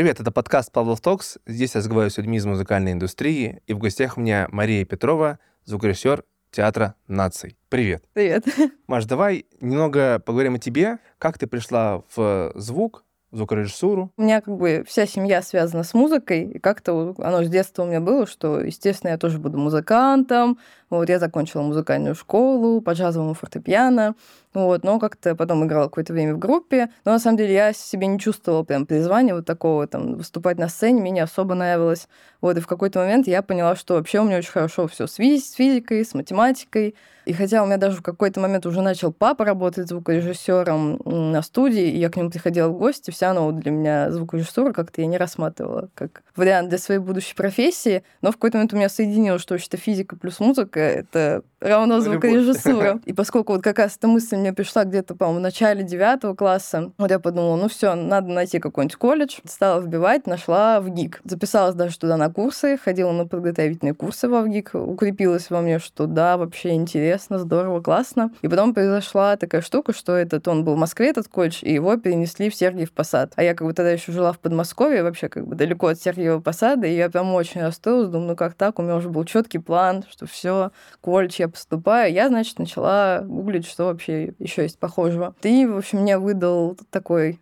Привет, это подкаст Pavlov Talks. Здесь я разговариваю с людьми из музыкальной индустрии. И в гостях у меня Мария Петрова, звукорежиссер Театра наций. Привет. Привет. Маш, давай немного поговорим о тебе. Как ты пришла в звукорежиссуру? У меня вся семья связана с музыкой, и как-то оно с детства у меня было, что, естественно, я тоже буду музыкантом. Я закончила музыкальную школу по джазовому фортепиано, но как-то потом играла какое-то время в группе. Но на самом деле я себе не чувствовала прям призвания такого, выступать на сцене, мне не особо нравилось. И в какой-то момент я поняла, что вообще у меня очень хорошо все с физикой, с математикой. И хотя у меня даже в какой-то момент уже начал папа работать звукорежиссером на студии, и я к нему приходила в гости, вся равно для меня звукорежиссура как-то я не рассматривала как вариант для своей будущей профессии, но в какой-то момент у меня соединилось, что вообще-то физика плюс музыка — это равно звукорежиссура. И поскольку как раз эта мысль мне пришла где-то, по-моему, в начале 9 класса, я подумала, все, надо найти какой-нибудь колледж. Стала вбивать, нашла в ГИК. Записалась даже туда на курсы, ходила на подготовительные курсы во ВГИК, укрепилась во мне, что да, вообще интересно, здорово, классно. И потом произошла такая штука, что он был в Москве, этот колледж, и его перенесли в Сергиев Посад. А я тогда еще жила в Подмосковье, вообще далеко от Сергиева Посада, и я прям очень расстроилась, думаю, как так? У меня уже был четкий план, что все, колледж, я поступаю. Я, значит, начала гуглить, что вообще еще есть похожего. И, в общем, мне выдал такой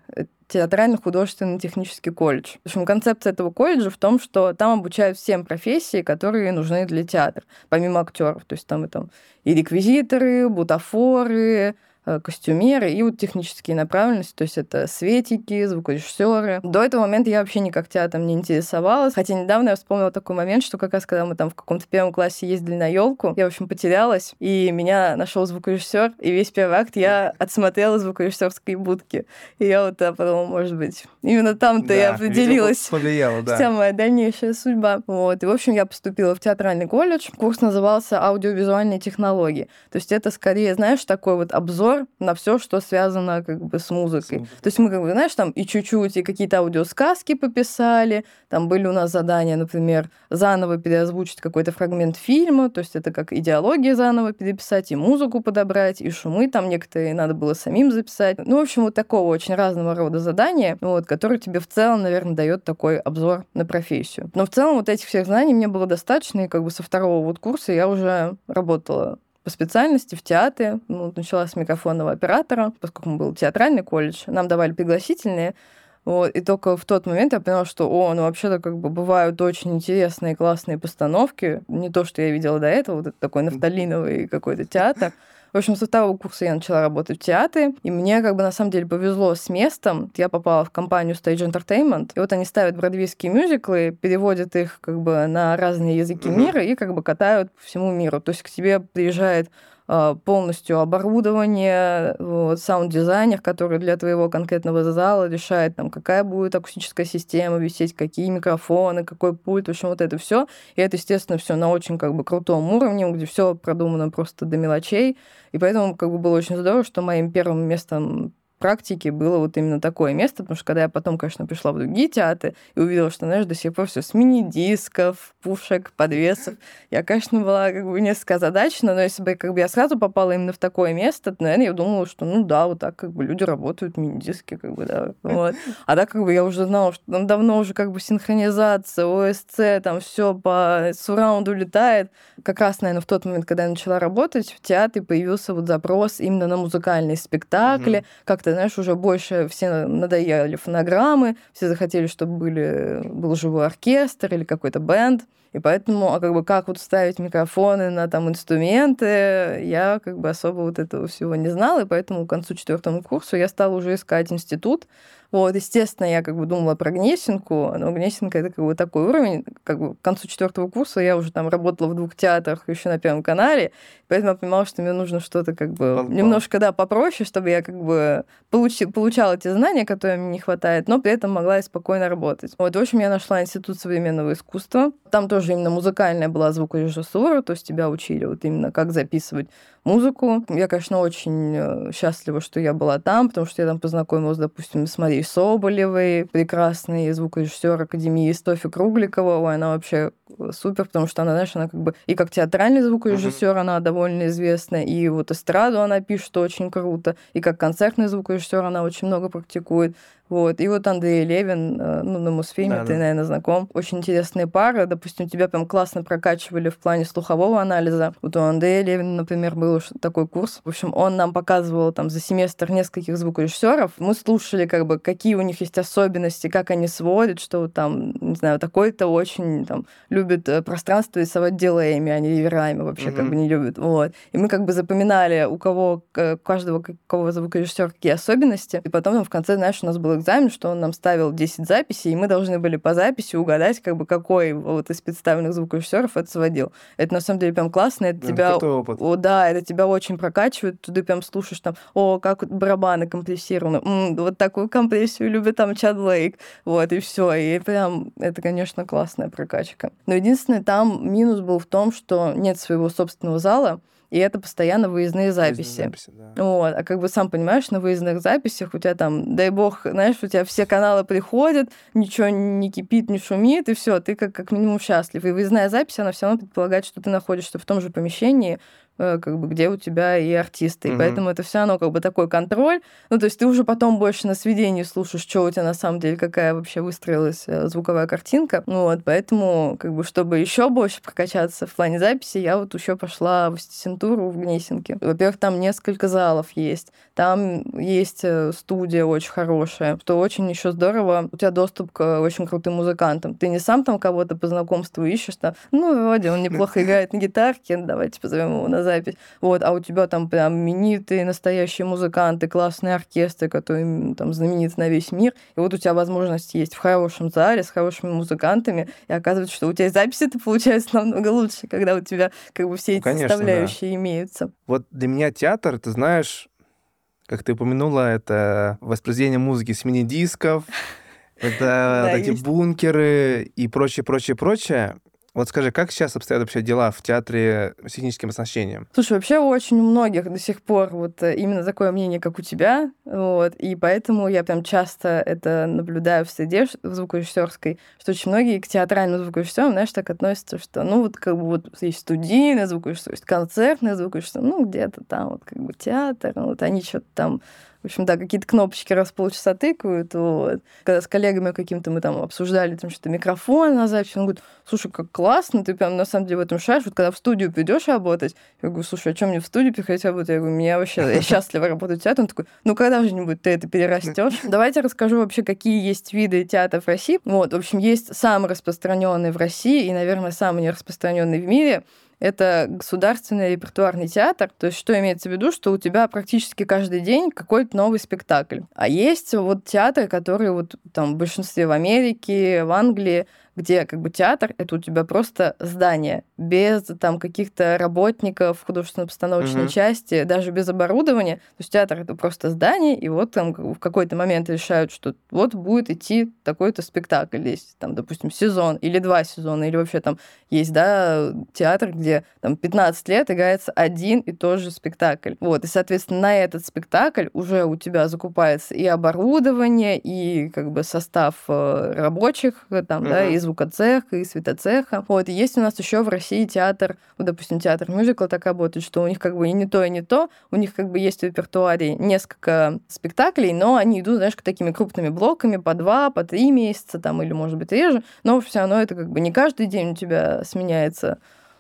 театрально-художественно-технический колледж. В общем, концепция этого колледжа в том, что там обучают всем профессии, которые нужны для театра, помимо актеров. То есть там и реквизиторы, бутафоры, костюмеры и технические направленности, то есть это светики, звукорежиссеры. До этого момента я вообще никак театром не интересовалась, хотя недавно я вспомнила такой момент, что как раз когда мы в каком-то первом классе ездили на елку, я, в общем, потерялась, и меня нашел звукорежиссер, и весь первый акт я отсмотрела звукорежиссерской будки. И я подумала, может быть, именно там-то я определилась. Вся моя дальнейшая судьба. И, в общем, я поступила в театральный колледж. Курс назывался «Аудиовизуальные технологии». То есть это скорее, знаешь, такой обзор на все, что связано с музыкой. То есть мы, знаешь, и чуть-чуть и какие-то аудиосказки пописали, там были у нас задания, например, заново переозвучить какой-то фрагмент фильма, то есть это как идеология заново переписать, и музыку подобрать, и шумы там некоторые надо было самим записать. В общем, такого очень разного рода задания, которые тебе в целом, наверное, дает такой обзор на профессию. Но в целом этих всех знаний мне было достаточно, и со второго курса я уже работала по специальности в театре. Начала с микрофонного оператора, поскольку был театральный колледж. Нам давали пригласительные. И только в тот момент я поняла, что, вообще-то бывают очень интересные, классные постановки. Не то, что я видела до этого, это такой нафталиновый какой-то театр. В общем, со второго курса я начала работать в театре, и мне на самом деле повезло с местом. Я попала в компанию Stage Entertainment, и они ставят бродвейские мюзиклы, переводят их на разные языки мира и катают по всему миру. То есть к тебе приезжает полностью оборудование, саунд-дизайнер, который для твоего конкретного зала решает, какая будет акустическая система висеть, какие микрофоны, какой пульт, в общем, это все. И это, естественно, все на очень крутом уровне, где все продумано просто до мелочей. И поэтому было очень здорово, что моим первым местом практики было именно такое место, потому что когда я потом, конечно, пришла в другие театры и увидела, что, знаешь, до сих пор все с мини-дисков, пушек, подвесов, я, конечно, была несколько озадачена, но если бы я сразу попала именно в такое место, то, наверное, я думала, что, так люди работают, мини-диски, да, А так, я уже знала, что там давно уже синхронизация, ОСЦ, там все по саунду летает. Как раз, наверное, в тот момент, когда я начала работать, в театре появился запрос именно на музыкальные спектакли, как-то, знаешь, уже больше все надоели фонограммы, все захотели, чтобы был живой оркестр или какой-то бэнд. И поэтому, как ставить микрофоны на инструменты, я особо этого всего не знала, и поэтому к концу 4 курса я стала уже искать институт. Естественно, я думала про Гнесинку, но Гнесинка — это такой уровень, к концу 4 курса я уже работала в 2 театрах еще на Первом канале, поэтому я понимала, что мне нужно что-то немножко, попроще, чтобы я получала те знания, которые мне не хватает, но при этом могла и спокойно работать. В общем, я нашла Институт современного искусства. Там тоже именно музыкальная была звукорежиссура, то есть тебя учили именно как записывать музыку. Я, конечно, очень счастлива, что я была там, потому что я там познакомилась, допустим, с Марией Соболевой, прекрасный звукорежиссер Академии, с Тофи Кругликовой. Она вообще супер, потому что она, знаешь, она и как театральный звукорежиссер, она довольно известная, и эстраду она пишет очень круто, и как концертный звукорежиссер она очень много практикует. Вот. И вот Андрей Левин, на Мосфильме, Да, ты, да. наверное, знаком. Очень интересные пары. Допустим, тебя прям классно прокачивали в плане слухового анализа. Вот у Андрея Левина, например, был такой курс. В общем, он нам показывал там за семестр нескольких звукорежиссеров. Мы слушали, как бы, какие у них есть особенности, как они сводят, что вот там, не знаю, такой-то очень там любит пространство рисовать дилеями, а не реверами вообще, как бы не любит. Вот. И мы как бы запоминали, у каждого какого звукорежиссера какие особенности. И потом в конце, знаешь, у нас был экзамен, что он нам ставил 10 записей, и мы должны были по записи угадать, как бы, какой вот из представленных звукорежиссеров это сводил. Это на самом деле прям классно, это Прям тебя... крутой опыт. Да, это тебя очень прокачивает, ты прям слушаешь там, как вот барабаны компрессированы, вот такую компрессию любит там Чад Лейк, вот, и все, и прям, это, конечно, классная прокачка. Но единственное, там минус был в том, что нет своего собственного зала, и это постоянно выездные записи. Да. Вот. А как бы сам понимаешь, на выездных записях у тебя там, дай бог, знаешь, у тебя все каналы приходят, ничего не кипит, не шумит, и все, ты как минимум счастлив. И выездная запись, она все равно предполагает, что ты находишься в том же помещении, как бы, где у тебя и артисты. И поэтому это все равно как бы такой контроль. Ну, то есть ты уже потом больше на сведении слушаешь, что у тебя на самом деле, какая вообще выстроилась звуковая картинка. Вот, поэтому, как бы, чтобы еще больше прокачаться в плане записи, я вот еще пошла в ассистентуру в Гнесинке. Во-первых, там несколько залов есть. Там есть студия очень хорошая, что очень еще здорово. У тебя доступ к очень крутым музыкантам. Ты не сам там кого-то по знакомству ищешь, там, вроде он неплохо играет на гитарке, давайте позовем его на запись. Вот, а у тебя там прям именитые настоящие музыканты, классные оркестры, которые там знамениты на весь мир. И вот у тебя возможность есть в хорошем зале с хорошими музыкантами, и оказывается, что у тебя записи-то получается намного лучше, когда у тебя как бы все эти составляющие имеются. Вот для меня театр, ты знаешь, как ты упомянула, это воспроизведение музыки с мини-дисков, это вот эти бункеры и прочее, прочее, прочее. Вот скажи, как сейчас обстоят вообще дела в театре с техническим оснащением? Слушай, вообще очень у многих до сих пор вот именно такое мнение, как у тебя, вот, и поэтому я прям часто это наблюдаю в среде в звукорежиссерской, что очень многие к театральным звукорежиссерам, знаешь, так относятся, что, вот как бы вот есть студийный звукорежиссер, есть концертный звукорежиссер, где-то там вот как бы театр, вот они что-то там, в общем, да, какие-то кнопочки раз в полчаса тыкают. Вот. Когда с коллегами каким-то мы там обсуждали там что-то микрофон на запись, он говорит, слушай, как классно, ты прям на самом деле в этом шаришь. Вот когда в студию придешь работать, я говорю, слушай, а что мне в студию приходить работать? Я говорю, я счастлива работать в театре. Он такой, когда-нибудь ты это перерастешь? Давайте расскажу вообще, какие есть виды театра в России. Вот, в общем, есть самый распространенный в России и, наверное, самый нераспространенный в мире. Это государственный репертуарный театр. То есть что имеется в виду, что у тебя практически каждый день какой-то новый спектакль. А есть вот театры, которые вот там в большинстве в Америке, в Англии, где как бы театр — это у тебя просто здание, без там каких-то работников художественно-постановочной части, даже без оборудования. То есть театр — это просто здание, и вот там в какой-то момент решают, что вот будет идти такой-то спектакль. Есть там, допустим, сезон или 2 сезона, или вообще там есть, да, театр, где там 15 лет играется один и тот же спектакль. Вот, и, соответственно, на этот спектакль уже у тебя закупается и оборудование, и как бы состав рабочих, там, да, и звукоцеха, и светоцеха. Вот, и есть у нас еще в России театр, вот, допустим, театр мюзикла так работает, что у них как бы и не то, и не то. У них как бы есть в репертуаре несколько спектаклей, но они идут, знаешь, такими крупными блоками по 2, по 3 месяца, там, или, может быть, реже. Но все равно это как бы не каждый день у тебя сменяется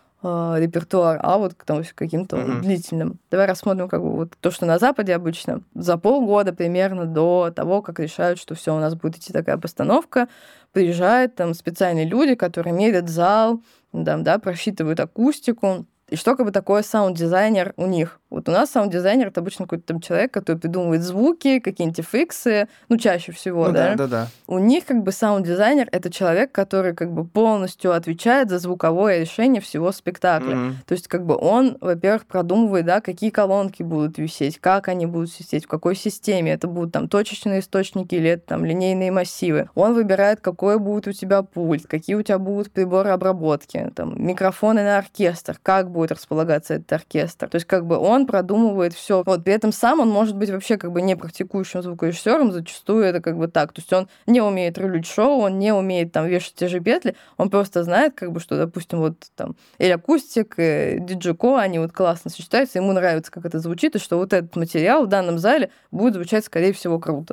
репертуар, а вот каким-то длительным. Давай рассмотрим как бы вот то, что на Западе обычно. За полгода примерно до того, как решают, что все у нас будет идти такая постановка, приезжают там специальные люди, которые мерят зал, там, да, просчитывают акустику. И что как бы такое саунд-дизайнер у них? Вот у нас саунд-дизайнер — это обычно какой-то там человек, который придумывает звуки, какие-нибудь эффексы, чаще всего, да? У них как бы саунд-дизайнер — это человек, который как бы полностью отвечает за звуковое решение всего спектакля. То есть как бы он, во-первых, продумывает, да, какие колонки будут висеть, как они будут висеть, в какой системе. Это будут там точечные источники или это там линейные массивы. Он выбирает, какой будет у тебя пульт, какие у тебя будут приборы обработки, там, микрофоны на оркестр, как будет располагаться этот оркестр. То есть как бы он продумывает все. Вот при этом сам он может быть вообще как бы не практикующим звукорежиссером, зачастую это как бы так. То есть он не умеет рулить шоу, он не умеет там вешать те же петли, он просто знает, как бы, что, допустим, вот там Эль Акустик, Диджико, они вот классно сочетаются, ему нравится, как это звучит, и что вот этот материал в данном зале будет звучать, скорее всего, круто.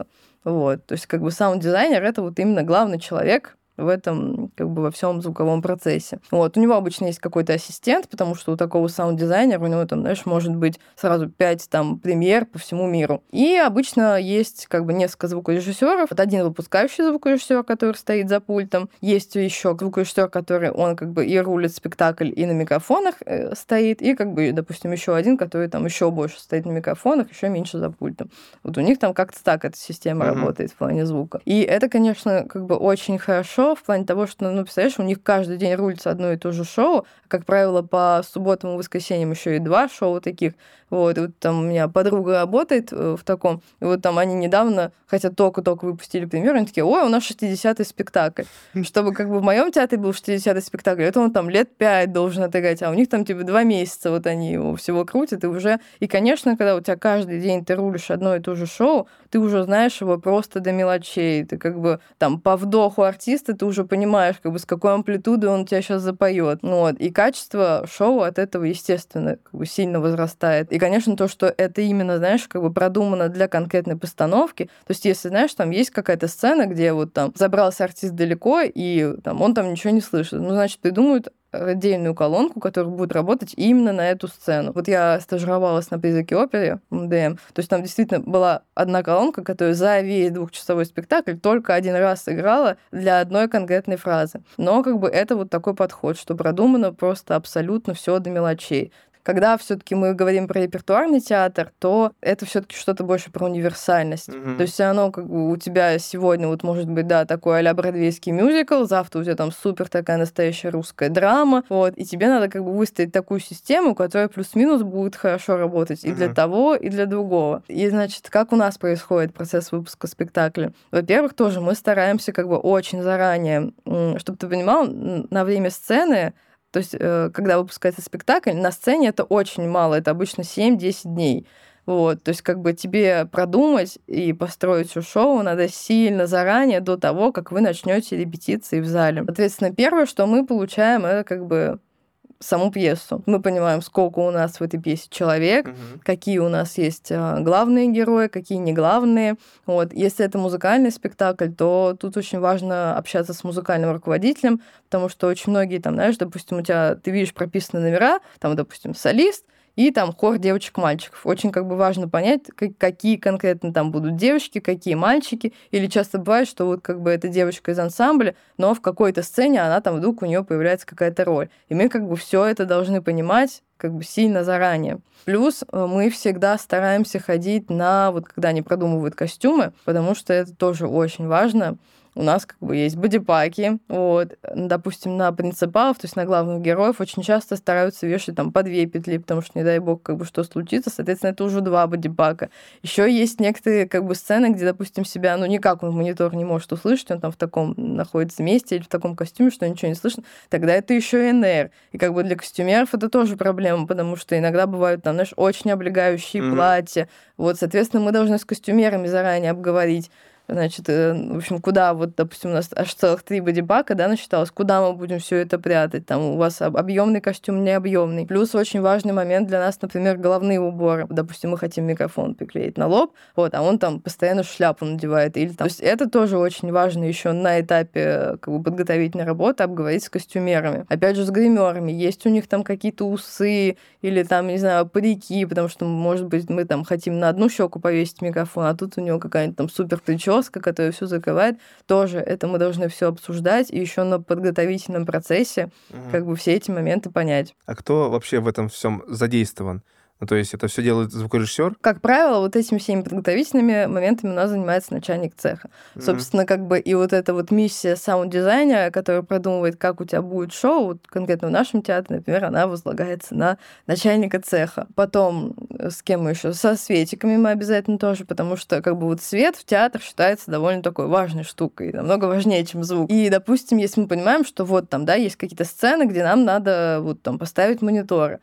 Вот. То есть как бы саунд-дизайнер — это вот именно главный человек в этом, как бы, во всем звуковом процессе. Вот. У него обычно есть какой-то ассистент, потому что у такого саунд-дизайнера, у него там, знаешь, может быть сразу 5 там премьер по всему миру. И обычно есть как бы несколько звукорежиссеров. Вот один выпускающий звукорежиссер, который стоит за пультом. Есть еще звукорежиссер, который он как бы и рулит спектакль, и на микрофонах стоит, и как бы, допустим, еще один, который там еще больше стоит на микрофонах, еще меньше за пультом. Вот у них там как-то так эта система работает в плане звука. И это, конечно, как бы очень хорошо в плане того, что, ну, представляешь, у них каждый день рулится одно и то же шоу. Как правило, по субботам и воскресеньям еще и 2 шоу таких. Вот, и вот там у меня подруга работает в таком, и вот там они недавно, хотя только-только выпустили премьеру, они такие: ой, у нас 60-й спектакль. Чтобы как бы в моем театре был 60-й спектакль, это он там лет 5 должен отыграть, а у них там типа 2 месяца вот они его всего крутят, и уже... И, конечно, когда у тебя каждый день ты рулишь одно и то же шоу, ты уже знаешь его просто до мелочей. Ты как бы там по вдоху артиста ты уже понимаешь, как бы с какой амплитудой он тебя сейчас запоет. Вот. И качество шоу от этого, естественно, как бы сильно возрастает. И, конечно, то, что это именно, знаешь, как бы продумано для конкретной постановки. То есть, если, знаешь, там есть какая-то сцена, где вот там забрался артист далеко, и там он там ничего не слышит, ну, значит, придумают отдельную колонку, которая будет работать именно на эту сцену. Вот я стажировалась на «Призраке оперы» МДМ, то есть там действительно была одна колонка, которая за весь 2-часовой спектакль только один раз играла для одной конкретной фразы. Но как бы это вот такой подход, что продумано просто абсолютно все до мелочей. Когда все-таки мы говорим про репертуарный театр, то это все-таки что-то больше про универсальность. То есть все равно как бы у тебя сегодня вот может быть, да, такой а-ля бродвейский мюзикл, завтра у тебя там супер такая настоящая русская драма, вот, и тебе надо как бы выстроить такую систему, которая плюс-минус будет хорошо работать и для того, и для другого. И, значит, как у нас происходит процесс выпуска спектакля? Во-первых, тоже мы стараемся как бы очень заранее, чтобы ты понимал, на время сцены. То есть, когда выпускается спектакль, на сцене это очень мало, это обычно 7-10 дней. Вот, то есть как бы тебе продумать и построить все шоу надо сильно заранее, до того, как вы начнете репетиции в зале. Соответственно, первое, что мы получаем, это как бы саму пьесу. Мы понимаем, сколько у нас в этой пьесе человек, какие у нас есть главные герои, какие не главные. Вот. Если это музыкальный спектакль, то тут очень важно общаться с музыкальным руководителем, потому что очень многие там, знаешь, допустим, у тебя, ты видишь прописаны номера, там, допустим, солист, и там хор девочек-мальчиков. Очень как бы важно понять, какие конкретно там будут девочки, какие мальчики. Или часто бывает, что вот как бы эта девочка из ансамбля, но в какой-то сцене она там вдруг у нее появляется какая-то роль. И мы как бы все это должны понимать как бы сильно заранее. Плюс мы всегда стараемся ходить на, вот когда они продумывают костюмы, потому что это тоже очень важно. У нас как бы есть бодипаки, вот, допустим, на принципалов, то есть на главных героев очень часто стараются вешать там по 2 петли, потому что, не дай бог, как бы что случится, соответственно, это уже 2 бодипака. Еще есть некоторые как бы сцены, где, допустим, себя, ну, никак он в монитор не может услышать, он там в таком находится месте или в таком костюме, что ничего не слышно, тогда это еще НР. И как бы для костюмеров это тоже проблема, потому что иногда бывают там, знаешь, очень облегающие платья. Вот, соответственно, мы должны с костюмерами заранее обговорить, значит, в общем, куда вот, допустим, у нас аж целых 3 бодипака, да, насчиталось, куда мы будем все это прятать, там у вас объемный костюм, необъемный. Плюс очень важный момент для нас, например, головные уборы. Допустим, мы хотим микрофон приклеить на лоб, вот, а он там постоянно шляпу надевает. Или, там... То есть это тоже очень важно еще на этапе как бы подготовительной работы обговорить с костюмерами. Опять же, с гримерами. Есть у них там какие-то усы или там, не знаю, парики, потому что, может быть, мы там хотим на одну щеку повесить микрофон, а тут у него какая-нибудь там супер прическа, которая все закрывает, тоже это мы должны все обсуждать и еще на подготовительном процессе как бы все эти моменты понять. А кто вообще в этом всем задействован? Ну, то есть это все делает звукорежиссер? Как правило, вот этими всеми подготовительными моментами у нас занимается начальник цеха. Собственно, как бы и вот эта вот миссия саунд-дизайнера, которая продумывает, как у тебя будет шоу, вот конкретно в нашем театре, например, она возлагается на начальника цеха. Потом с кем мы еще? Со светиками мы обязательно тоже, потому что как бы вот свет в театр считается довольно такой важной штукой, намного важнее, чем звук. И, допустим, если мы понимаем, что вот там, да, есть какие-то сцены, где нам надо вот там поставить мониторы,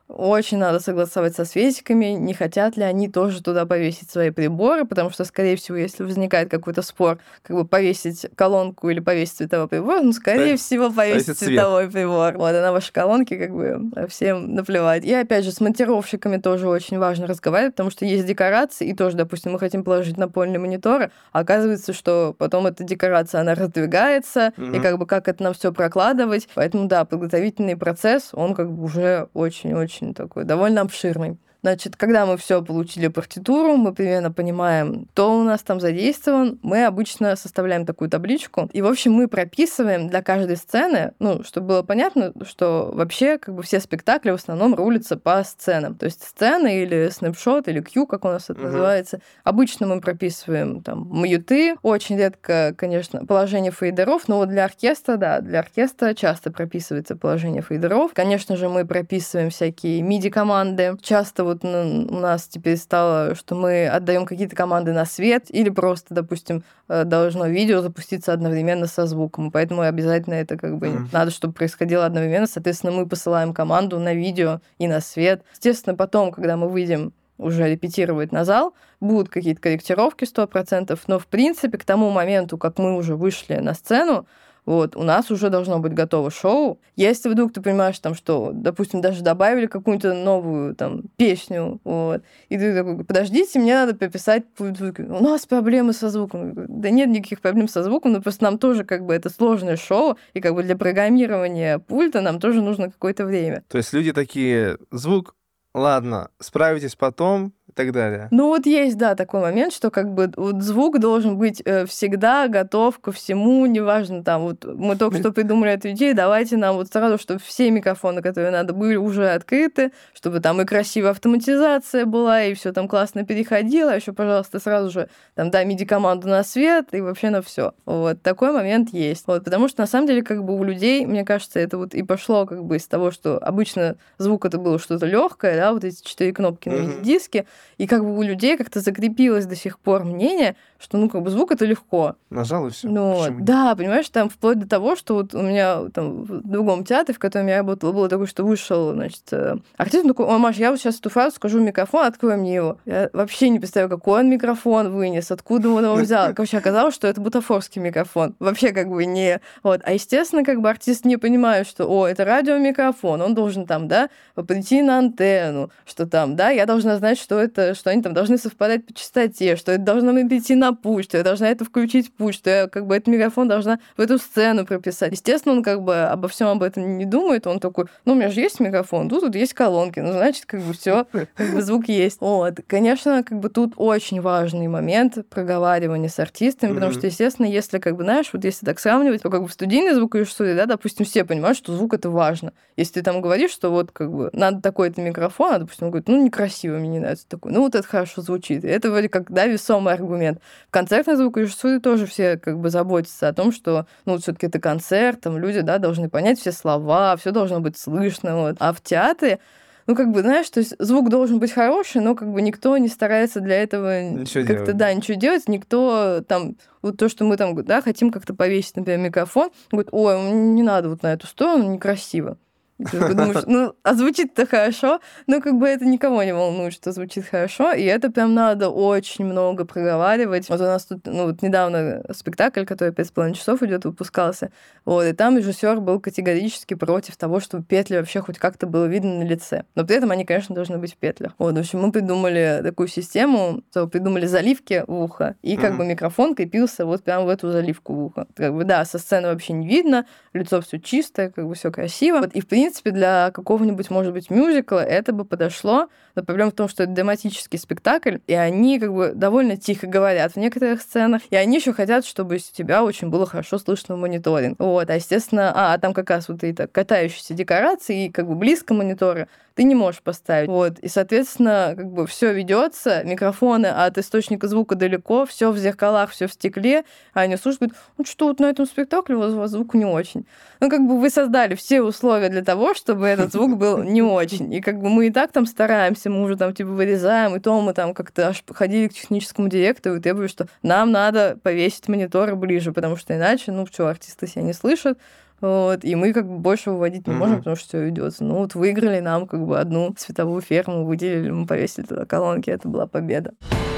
очень надо согласовать со светиками, не хотят ли они тоже туда повесить свои приборы, потому что, скорее всего, если возникает какой-то спор, как бы повесить колонку или повесить световой прибор, ну, скорее всего, повесить световой прибор. Вот, а на ваши колонки как бы всем наплевать. И, опять же, с монтировщиками тоже очень важно разговаривать, потому что есть декорации, и тоже, допустим, мы хотим положить напольные мониторы, а оказывается, что потом эта декорация, она раздвигается, и как бы как это нам все прокладывать. Поэтому, да, подготовительный процесс, он как бы уже очень-очень такой довольно обширный. Значит, когда мы все получили партитуру, мы примерно понимаем, кто у нас там задействован, мы обычно составляем такую табличку, и, в общем, мы прописываем для каждой сцены, ну, чтобы было понятно, что вообще как бы все спектакли в основном рулятся по сценам. То есть сцена или снапшот, или кью, как у нас это называется. Обычно мы прописываем там мьюты, очень редко, конечно, положение фейдеров, но вот для оркестра, да, для оркестра часто прописывается положение фейдеров. Конечно же, мы прописываем всякие MIDI-команды. Часто вот у нас теперь стало, что мы отдаем какие-то команды на свет или просто, допустим, должно видео запуститься одновременно со звуком. Поэтому обязательно это как бы надо, чтобы происходило одновременно. Соответственно, мы посылаем команду на видео и на свет. Естественно, потом, когда мы выйдем уже репетировать на зал, будут какие-то корректировки 100%, но, в принципе, к тому моменту, как мы уже вышли на сцену, вот, у нас уже должно быть готово шоу. Если вдруг ты понимаешь, там, что, допустим, даже добавили какую-то новую там, песню, вот, и ты такой, подождите, мне надо переписать звук. У нас проблемы со звуком. Да нет никаких проблем со звуком, но просто нам тоже как бы это сложное шоу, и как бы для программирования пульта нам тоже нужно какое-то время. То есть люди такие, звук, ладно, справитесь потом, и так далее. Ну вот есть, да, такой момент, что как бы вот звук должен быть всегда готов ко всему, неважно, там, вот мы только что придумали эту идею, давайте нам вот сразу, чтобы все микрофоны, которые надо, были уже открыты, чтобы там и красивая автоматизация была, и все там классно переходило, еще, пожалуйста, сразу же там, да, MIDI-команду на свет, и вообще на все. Вот такой момент есть. Вот, потому что, на самом деле, как бы у людей, мне кажется, это вот и пошло как бы из того, что обычно звук это было что-то легкое, да, вот эти 4 кнопки на MIDI-диске, и как бы у людей как-то закрепилось до сих пор мнение, что, ну, как бы звук это легко. Нажал и все. Ну, да, понимаешь, там вплоть до того, что вот у меня там в другом театре, в котором я работала, было такое, что вышел, значит, артист, он такой, ой, Маш, я вот сейчас эту фразу скажу в микрофон, открой мне его. Я вообще не представляю, какой он микрофон вынес, откуда он его взял. Короче, оказалось, что это бутафорский микрофон. Вообще как бы не... Вот. А, естественно, как бы артист не понимает, что, о, это радиомикрофон, он должен там, да, прийти на антенну, что там, да, я должна знать, что это, что они там должны совпадать по частоте, что это должно прийти на путь, что я должна это включить в путь, что я как бы этот микрофон должна в эту сцену прописать. Естественно, он как бы обо всем об этом не думает, он такой, ну, у меня же есть микрофон, тут есть колонки, ну, значит, как бы все, как бы звук есть. Вот. Конечно, как бы тут очень важный момент проговаривания с артистами, потому что, естественно, если, как бы, знаешь, вот если так сравнивать, то как бы в студийной звукорежиссуре, да, допустим, все понимают, что звук это важно. Если ты там говоришь, что вот как бы надо такой-то микрофон, а, допустим, он говорит, ну, некрасиво, мне не нравится такой, ну, вот это хорошо звучит. И это вроде как, да, весомый аргумент. В концертной звукорежиссуре тоже все как бы заботятся о том, что, ну, вот все-таки это концерт, там люди, да, должны понять все слова, все должно быть слышно. Вот. А в театре, ну, как бы, знаешь, то есть звук должен быть хороший, но как бы никто не старается для этого как-то, да, ничего делать. Никто там, вот то, что мы там, да, хотим как-то повесить, например, микрофон, говорит, ой, не надо вот на эту сторону, некрасиво. Ты думаешь, ну, а звучит-то хорошо, но как бы это никого не волнует, что звучит хорошо, и это прям надо очень много проговаривать. Вот у нас тут, ну, вот недавно спектакль, который 5,5 часов идет, выпускался, вот, и там режиссер был категорически против того, чтобы петли вообще хоть как-то было видно на лице. Но при этом они, конечно, должны быть в петлях. Вот, в общем, мы придумали такую систему, что придумали заливки в ухо, и как бы микрофон крепился вот прямо в эту заливку в ухо. Как бы, да, со сцены вообще не видно, лицо все чистое, как бы все красиво. Вот, и, в принципе, для какого-нибудь, может быть, мюзикла это бы подошло. Но проблема в том, что это драматический спектакль, и они как бы довольно тихо говорят в некоторых сценах, и они еще хотят, чтобы у тебя очень было хорошо слышно в мониторе. Вот, а, естественно, там как раз вот эти катающиеся декорации, и как бы близко монитора ты не можешь поставить. Вот. И, соответственно, как бы все ведется, микрофоны от источника звука далеко, все в зеркалах, все в стекле, а они слушают, говорят, ну что, вот на этом спектакле у вас звук не очень. Ну, как бы вы создали все условия для того, чтобы этот звук был не очень. И как бы мы и так там стараемся, мы уже там типа вырезаем, и то мы там как-то аж ходили к техническому директору и требовали, что нам надо повесить мониторы ближе, потому что иначе, ну что, артисты себя не слышат, Вот, и мы как бы больше выводить не можем, потому что все ведется. Ну вот выиграли нам как бы одну световую ферму, выделили, мы повесили туда колонки, это была победа.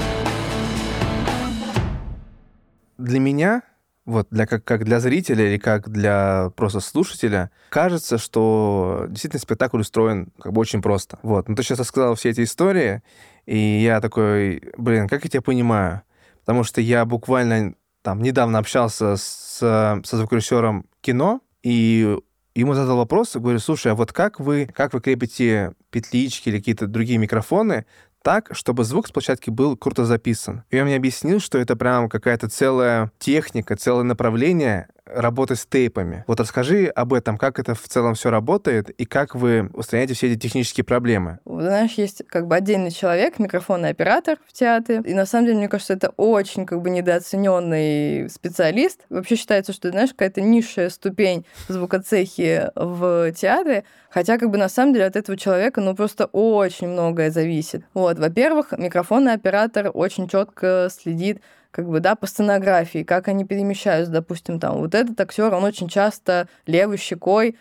Для меня, вот как для зрителя или как для просто слушателя, кажется, что действительно спектакль устроен как бы очень просто. Вот. Но ты сейчас рассказал все эти истории, и я такой, как я тебя понимаю? Потому что я буквально там недавно общался со звукорежиссером кино, и ему задал вопрос, и говорю, слушай, а вот как вы крепите петлички или какие-то другие микрофоны так, чтобы звук с площадки был круто записан? И он мне объяснил, что это прям какая-то целая техника, целое направление работы с тейпами. Вот расскажи об этом, как это в целом все работает и как вы устраняете все эти технические проблемы. Знаешь, есть как бы отдельный человек, микрофонный оператор в театре, и на самом деле, мне кажется, это очень как бы недооцененный специалист. Вообще считается, что, знаешь, какая-то низшая ступень в звукоцехе в театре, хотя как бы на самом деле от этого человека, просто очень многое зависит. Вот, во-первых, микрофонный оператор очень четко следит как бы, да, по сценографии, как они перемещаются, допустим, там, вот этот актер, он очень часто левой щекой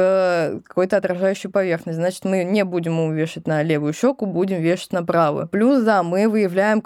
к какой-то отражающей поверхности. Значит, мы не будем ему вешать на левую щеку, будем вешать на правую. Плюс, да, мы выявляем,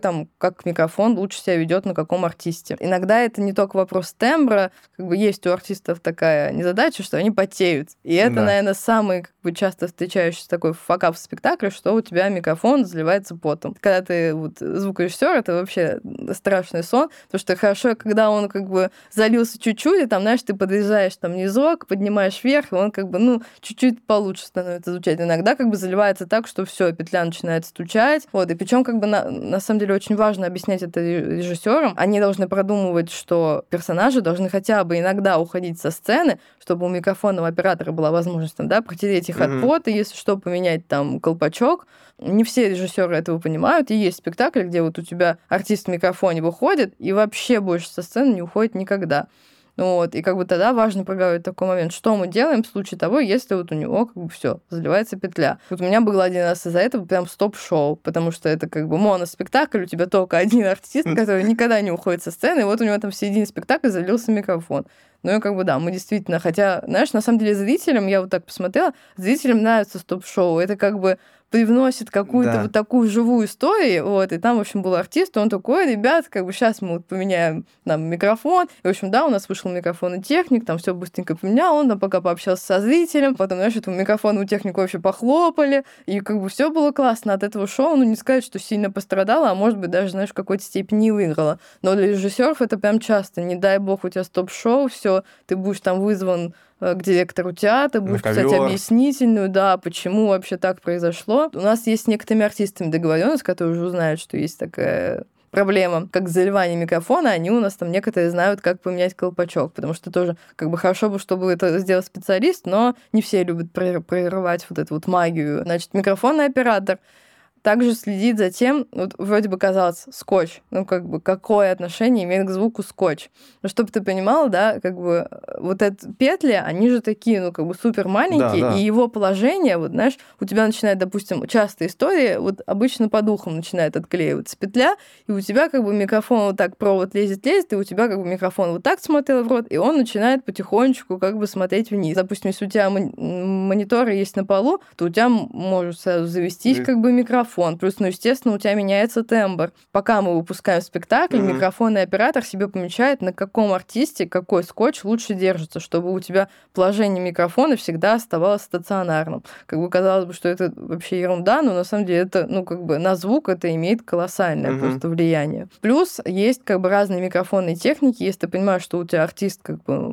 как микрофон лучше себя ведет на каком артисте. Иногда это не только вопрос тембра, как бы есть у артистов такая незадача, что они потеют. И это, наверное, самый как бы часто встречающийся такой факап в спектакле, что у тебя микрофон заливается потом. Когда ты вот звукорежиссер, это вообще страшный сон, потому что хорошо, когда он как бы залился чуть-чуть, и там, знаешь, ты подрезаешь там низок, поднимаешь вверх, и он как бы, чуть-чуть получше становится звучать. Иногда как бы заливается так, что все, петля начинает стучать. Вот, и причем как бы на самом деле очень важно объяснять это режиссерам. Они должны продумывать, что персонажи должны хотя бы иногда уходить со сцены, чтобы у микрофонного оператора была возможность там, да, протереть их от пота, если что, поменять там колпачок. Не все режиссеры этого понимают. И есть спектакли, где вот у тебя артист в микрофоне выходит и вообще больше со сцены не уходит никогда. Вот, и как бы тогда важно проговаривать такой момент, что мы делаем в случае того, если вот у него как бы все заливается петля. Вот у меня было один раз из-за этого прям стоп-шоу, потому что это как бы моноспектакль, у тебя только один артист, который никогда не уходит со сцены, и вот у него там в середине спектакля залился микрофон. Ну и как бы да, мы действительно, хотя, знаешь, на самом деле зрителям, я вот так посмотрела, зрителям нравится стоп-шоу, это как бы привносит какую-то вот такую живую историю, вот, и там, в общем, был артист, он такой, ребят, как бы сейчас мы вот поменяем нам микрофон, и, в общем, да, у нас вышел микрофонный техник, там все быстренько поменял, он там пока пообщался со зрителем, потом, знаешь, этому микрофонному технику вообще похлопали, и как бы все было классно от этого шоу, не сказать, что сильно пострадало, а может быть, даже, знаешь, в какой-то степени выиграла. Но для режиссеров это прям часто, не дай бог, у тебя стоп-шоу, все, ты будешь там вызван к директору театра, будешь писать объяснительную, да, почему вообще так произошло. У нас есть с некоторыми артистами договоренность, которые уже узнают, что есть такая проблема, как заливание микрофона, они у нас там некоторые знают, как поменять колпачок, потому что тоже как бы хорошо бы, чтобы это сделал специалист, но не все любят прерывать вот эту вот магию. Значит, микрофонный оператор также следит за тем, вот вроде бы казалось, скотч, как бы какое отношение имеет к звуку скотч. Но чтобы ты понимал, да, как бы вот эти петли, они же такие, как бы супер маленькие, и его положение, вот знаешь, у тебя начинает, допустим, частая история, вот обычно по духам начинает отклеиваться петля, и у тебя как бы микрофон вот так, провод лезет, и у тебя как бы микрофон вот так смотрел в рот, и он начинает потихонечку как бы смотреть вниз. Допустим, если у тебя мониторы есть на полу, то у тебя может сразу завестись как бы микрофон. Плюс, естественно, у тебя меняется тембр. Пока мы выпускаем спектакль, микрофонный оператор себе помечает, на каком артисте какой скотч лучше держится, чтобы у тебя положение микрофона всегда оставалось стационарным. Как бы казалось бы, что это вообще ерунда, но на самом деле это, как бы на звук это имеет колоссальное просто влияние. Плюс есть как бы разные микрофонные техники. Если ты понимаешь, что у тебя артист как бы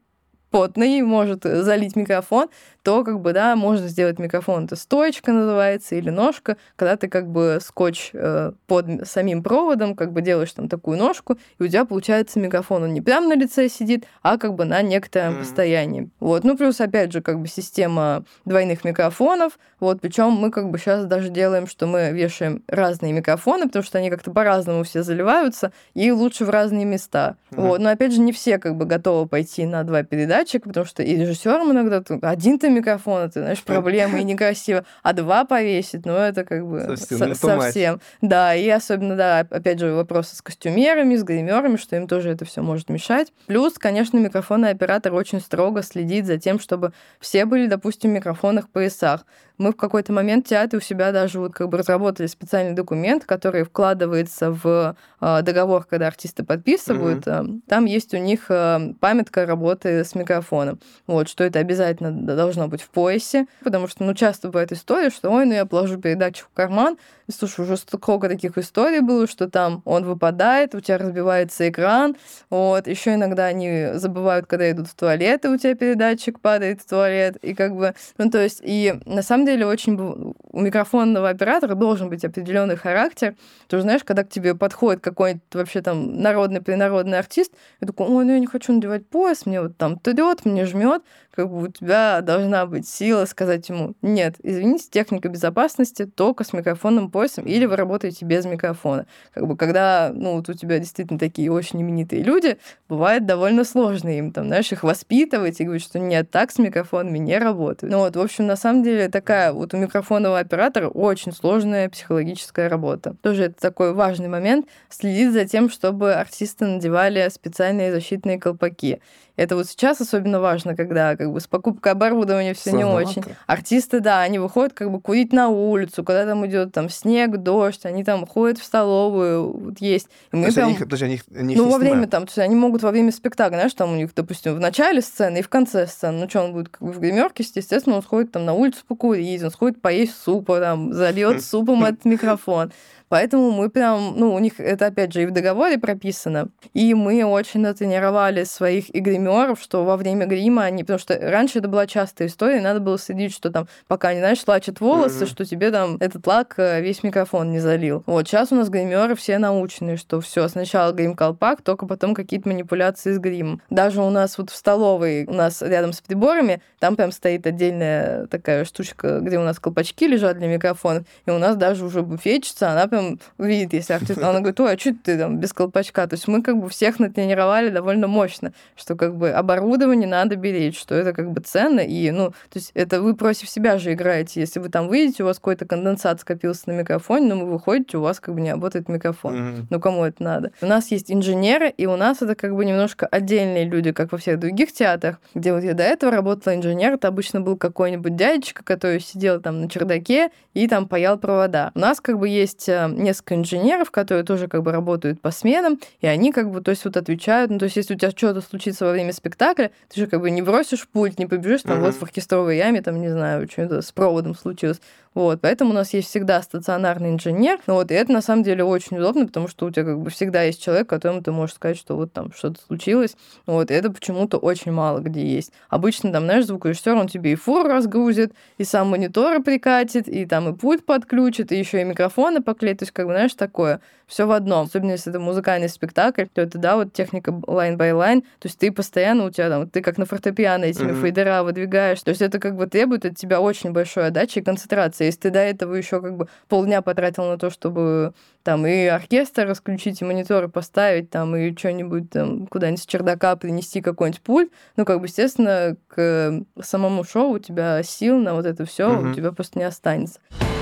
потный, может залить микрофон, то как бы, да, можно сделать микрофон. Это стоечка называется или ножка, когда ты как бы скотч под самим проводом как бы делаешь там такую ножку, и у тебя получается микрофон. Он не прямо на лице сидит, а как бы на некотором расстоянии. Вот. Плюс, опять же, как бы система двойных микрофонов. Вот. Причем мы как бы сейчас даже делаем, что мы вешаем разные микрофоны, потому что они как-то по-разному все заливаются, и лучше в разные места. Вот. Но, опять же, не все как бы готовы пойти на два передатчика, потому что и режиссерам иногда один-то 4 микрофона, это, знаешь, проблема и некрасиво. А 2 повесить, ну, это как бы совсем. Да, и особенно, да, опять же, вопросы с костюмерами, с гримерами, что им тоже это все может мешать. Плюс, конечно, микрофонный оператор очень строго следит за тем, чтобы все были, допустим, в микрофонных поясах. Мы в какой-то момент в театре у себя даже вот как бы разработали специальный документ, который вкладывается в договор, когда артисты подписывают. Там есть у них памятка работы с микрофоном. Вот, что это обязательно должно быть в поясе, потому что, ну, часто бывает история, что, ой, ну, я положу передатчик в карман, и, слушай, уже сколько таких историй было, что там он выпадает, у тебя разбивается экран, вот, еще иногда они забывают, когда идут в туалет, и у тебя передатчик падает в туалет, и как бы, ну, то есть, и на самом деле очень у микрофонного оператора должен быть определенный характер. Ты же знаешь, когда к тебе подходит какой-нибудь вообще там народный артист, и такой, ой, ну я не хочу надевать пояс, мне вот там трёт, мне жмет, как бы у тебя должна быть сила сказать ему, нет, извините, техника безопасности только с микрофонным поясом, или вы работаете без микрофона. Как бы когда, ну, вот у тебя действительно такие очень именитые люди, бывает довольно сложно им там, знаешь, их воспитывать и говорить, что нет, так с микрофонами не работают. Ну вот, в общем, на самом деле такая вот у микрофонного оператора очень сложная психологическая работа. Тоже это такой важный момент, следить за тем, чтобы артисты надевали специальные защитные колпаки. Это вот сейчас особенно важно, когда как бы с покупкой оборудования все не очень. Артисты, да, они выходят как бы курить на улицу, когда там идет там снег, дождь, они там ходят в столовую, вот есть. И мы прям... во время там, то есть они могут во время спектакля, знаешь, там у них, допустим, в начале сцены и в конце сцены, ну что, он будет как бы в гримерке, естественно, он сходит там на улицу покурить, он сходит поесть супа, там, зальет супом этот микрофон. Поэтому мы прям, ну, у них это, опять же, и в договоре прописано. И мы очень натренировали своих и гримеров, что во время грима они... Потому что раньше это была частая история, надо было следить, что там, пока не, знаешь, лачат волосы, что тебе там этот лак весь микрофон не залил. Вот, сейчас у нас гримеры все научные, что все сначала грим-колпак, только потом какие-то манипуляции с гримом. Даже у нас вот в столовой, у нас рядом с приборами, там прям стоит отдельная такая штучка, где у нас колпачки лежат для микрофонов, и у нас даже уже буфетчица, она прям видит, если артист, она говорит, ой, а что ты там без колпачка? То есть мы как бы всех натренировали довольно мощно, что как бы оборудование надо беречь, что это как бы ценно, и, ну, то есть это вы против себя же играете. Если вы там выйдете, у вас какой-то конденсат скопился на микрофоне, но вы выходите, у вас как бы не работает микрофон. Ну, кому это надо? У нас есть инженеры, и у нас это как бы немножко отдельные люди, как во всех других театрах, где вот я до этого работала инженер, это обычно был какой-нибудь дядечка, который сидел там на чердаке и там паял провода. У нас как бы есть несколько инженеров, которые тоже как бы работают по сменам, и они как бы, то есть вот отвечают, ну, то есть если у тебя что-то случится во время спектакля, ты же как бы не бросишь пульт, не побежишь, там вот в оркестровой яме, там, не знаю, что-то с проводом случилось. Вот, поэтому у нас есть всегда стационарный инженер, вот, и это на самом деле очень удобно, потому что у тебя как бы всегда есть человек, которому ты можешь сказать, что вот там что-то случилось, вот, и это почему-то очень мало где есть. Обычно там, знаешь, звукорежиссер, он тебе и фуру разгрузит, и сам мониторы прикатит, и там и пульт подключит, и еще и микрофоны поклеит, то есть как бы, знаешь, такое, все в одном. Особенно если это музыкальный спектакль, то это, да, вот техника line by line, то есть ты постоянно, у тебя там, ты как на фортепиано этими фейдера выдвигаешь, то есть это как бы требует от тебя очень большой отдачи и концентрации. Если ты до этого еще как бы полдня потратил на то, чтобы там и оркестр расключить, и мониторы поставить, там, и что-нибудь там куда-нибудь с чердака принести какой-нибудь пульт, ну, как бы, естественно, к самому шоу у тебя сил на вот это все у тебя просто не останется.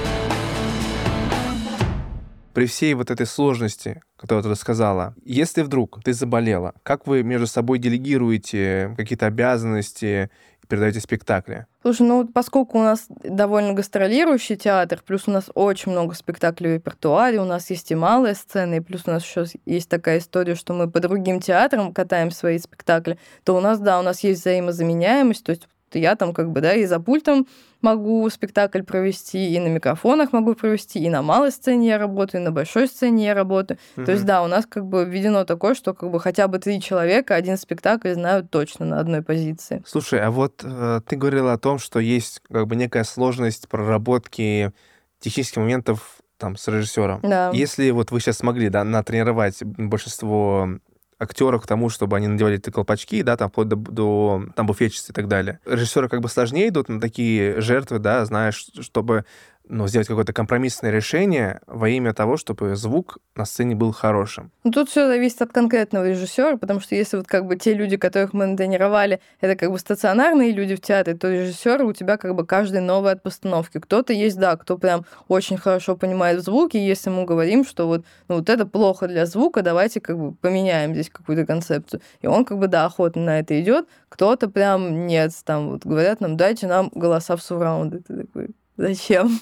При всей вот этой сложности, которую ты рассказала, если вдруг ты заболела, как вы между собой делегируете какие-то обязанности и передаете спектакли? Слушай, ну вот поскольку у нас довольно гастролирующий театр, плюс у нас очень много спектаклей в репертуаре, у нас есть и малые сцены, и плюс у нас еще есть такая история, что мы по другим театрам катаем свои спектакли, то у нас, да, у нас есть взаимозаменяемость, то есть я там как бы, да, и за пультом могу спектакль провести, и на микрофонах могу провести, и на малой сцене я работаю, и на большой сцене я работаю. То есть, да, у нас как бы введено такое, что как бы хотя бы 3 человека один спектакль знают точно на одной позиции. Слушай, а вот ты говорила о том, что есть как бы некая сложность проработки технических моментов там с режиссером. Да. Если вот вы сейчас смогли, да, натренировать большинство актеров к тому, чтобы они надевали эти колпачки, да, там, вплоть до там, буфетчицы и так далее. Режиссеры как бы сложнее идут на такие жертвы, да, знаешь, чтобы сделать какое-то компромиссное решение во имя того, чтобы звук на сцене был хорошим. Ну, тут все зависит от конкретного режиссера, потому что если вот как бы те люди, которых мы натренировали, это как бы стационарные люди в театре, то режиссер у тебя как бы каждый новый от постановки. Кто-то есть, да, кто прям очень хорошо понимает звуки, и если мы говорим, что вот, ну, вот это плохо для звука, давайте как бы поменяем здесь какую-то концепцию. И он как бы, да, охотно на это идет. Кто-то прям нет, там вот говорят нам, дайте нам голоса в сурраунды. Ты такой, зачем?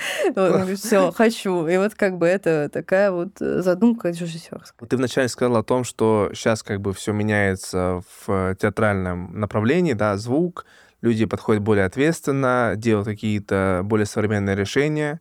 Все, хочу. И вот как бы это такая вот задумка режиссерская. Ты вначале сказала о том, что сейчас как бы все меняется в театральном направлении, да, звук, люди подходят более ответственно, делают какие-то более современные решения.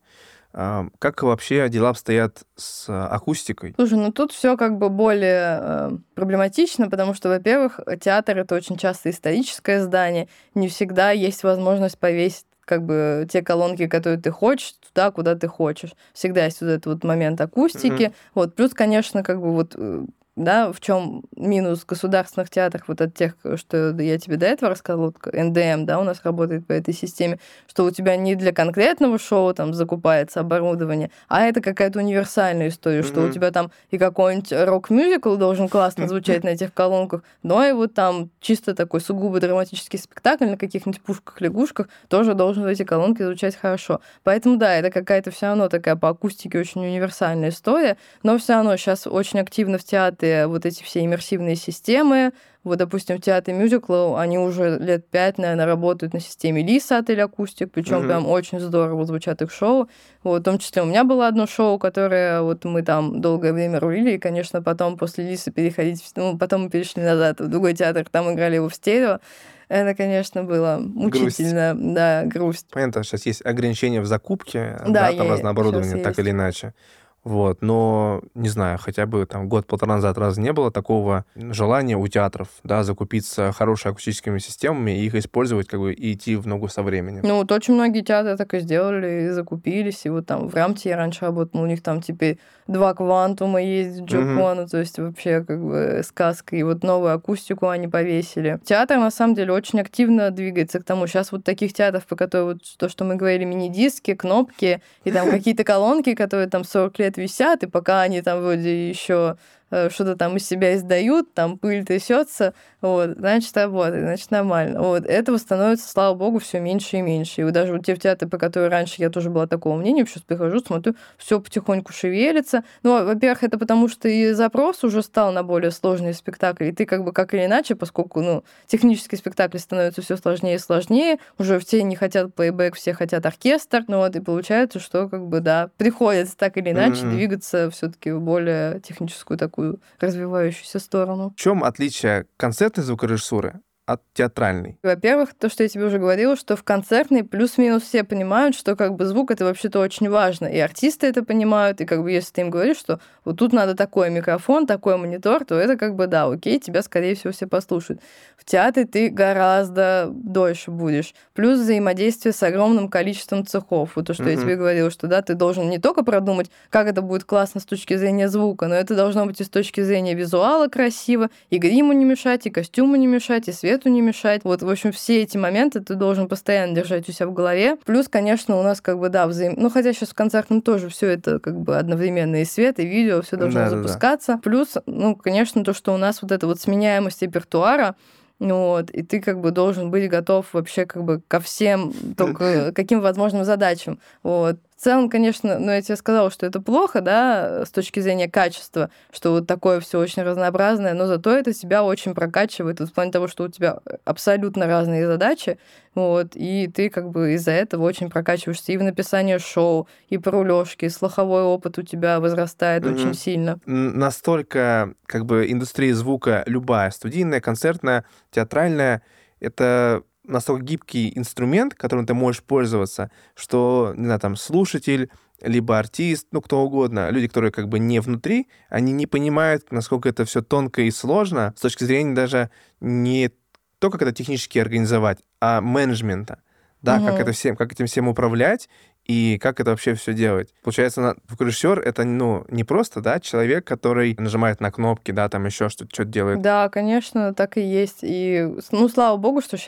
Как вообще дела обстоят с акустикой? Слушай, ну тут все как бы более проблематично, потому что, во-первых, театр — это очень часто историческое здание, не всегда есть возможность повесить как бы те колонки, которые ты хочешь, туда, куда ты хочешь. Всегда есть вот этот вот момент акустики. Вот. Плюс, конечно, как бы вот да, в чем минус государственных театров, вот от тех, что я тебе до этого рассказывала, вот НДМ, да, у нас работает по этой системе, что у тебя не для конкретного шоу там закупается оборудование, а это какая-то универсальная история, что у тебя там и какой-нибудь рок-мюзикл должен классно звучать на этих колонках, но и вот там чисто такой сугубо драматический спектакль на каких-нибудь пушках-лягушках тоже должен в эти колонки звучать хорошо. Поэтому, да, это какая-то все равно такая по акустике очень универсальная история, но все равно сейчас очень активно в театре вот эти все иммерсивные системы. Вот, допустим, в театре мюзикла они уже лет 5, наверное, работают на системе Лиса «Отель Акустик», причем прям очень здорово звучат их шоу. Вот, в том числе у меня было одно шоу, которое вот мы там долгое время рулили, и, конечно, потом после Лиса переходить... Ну, потом мы перешли назад в другой театр, там играли его в стерео. Это, конечно, было мучительно, грусть. Да, грусть. Понятно, сейчас есть ограничения в закупке, да, там разное оборудование, так или иначе. Вот, но, не знаю, хотя бы там год-полтора назад разве не было такого желания у театров, да, закупиться хорошими акустическими системами и их использовать, как бы, и идти в ногу со временем? Ну, вот очень многие театры так и сделали, и закупились, и вот там в Рамте я раньше работала, у них там теперь 2 квантума есть в Джокону, то есть вообще как бы сказка, и вот новую акустику они повесили. Театр, на самом деле, очень активно двигается к тому. Сейчас вот таких театров, по которым вот то, что мы говорили, мини-диски, кнопки, и там какие-то колонки, которые там 40 лет висят, и пока они там вроде еще что-то там из себя издают, там пыль трясется, вот, значит, работает, значит, нормально. Вот, этого становится, слава богу, все меньше и меньше. И вот даже вот те театры, по которым раньше я тоже была такого мнения, сейчас прихожу, смотрю, все потихоньку шевелится. Ну, во-первых, это потому, что и запрос уже стал на более сложные спектакли, и ты как бы как или иначе, поскольку, ну, технические спектакли становятся все сложнее и сложнее, уже все не хотят плейбэк, все хотят оркестр, ну вот, и получается, что как бы, да, приходится так или иначе двигаться все-таки в более техническую такую развивающуюся сторону. В чем отличие концертной звукорежиссуры от театральной? Во-первых, то, что я тебе уже говорила, что в концертной плюс-минус все понимают, что как бы звук — это вообще-то очень важно. И артисты это понимают, и как бы если ты им говоришь, что вот тут надо такой микрофон, такой монитор, то это как бы да, окей, тебя, скорее всего, все послушают. В театре ты гораздо дольше будешь. Плюс взаимодействие с огромным количеством цехов. Вот то, что я тебе говорила, что да, ты должен не только продумать, как это будет классно с точки зрения звука, но это должно быть и с точки зрения визуала красиво, и гриму не мешать, и костюму не мешать, и свету не мешать. Вот, в общем, все эти моменты ты должен постоянно держать у себя в голове. Плюс, конечно, у нас как бы, да, Ну, хотя сейчас в концертном тоже все это как бы одновременно, и свет, и видео, все должно запускаться. Плюс, ну, конечно, то, что у нас вот эта вот сменяемость репертуара, вот, и ты как бы должен быть готов вообще как бы ко всем только каким возможным задачам. Вот. В целом, конечно, ну, я тебе сказала, что это плохо, да, с точки зрения качества, что вот такое все очень разнообразное, но зато это тебя очень прокачивает вот в плане того, что у тебя абсолютно разные задачи, вот, и ты как бы из-за этого очень прокачиваешься и в написании шоу, и по рулежке, и слуховой опыт у тебя возрастает очень сильно. Настолько как бы индустрия звука любая, студийная, концертная, театральная, это настолько гибкий инструмент, которым ты можешь пользоваться, что, не знаю, там, слушатель, либо артист, ну, кто угодно, люди, которые как бы не внутри, они не понимают, насколько это все тонко и сложно с точки зрения даже не то, как это технически организовать, а менеджмента, да, как этим всем управлять и как это вообще все делать. Получается, звукорежиссер — это, ну, не просто, да, человек, который нажимает на кнопки, да, там еще что-то делает. Да, конечно, так и есть. И, ну, слава богу, что сейчас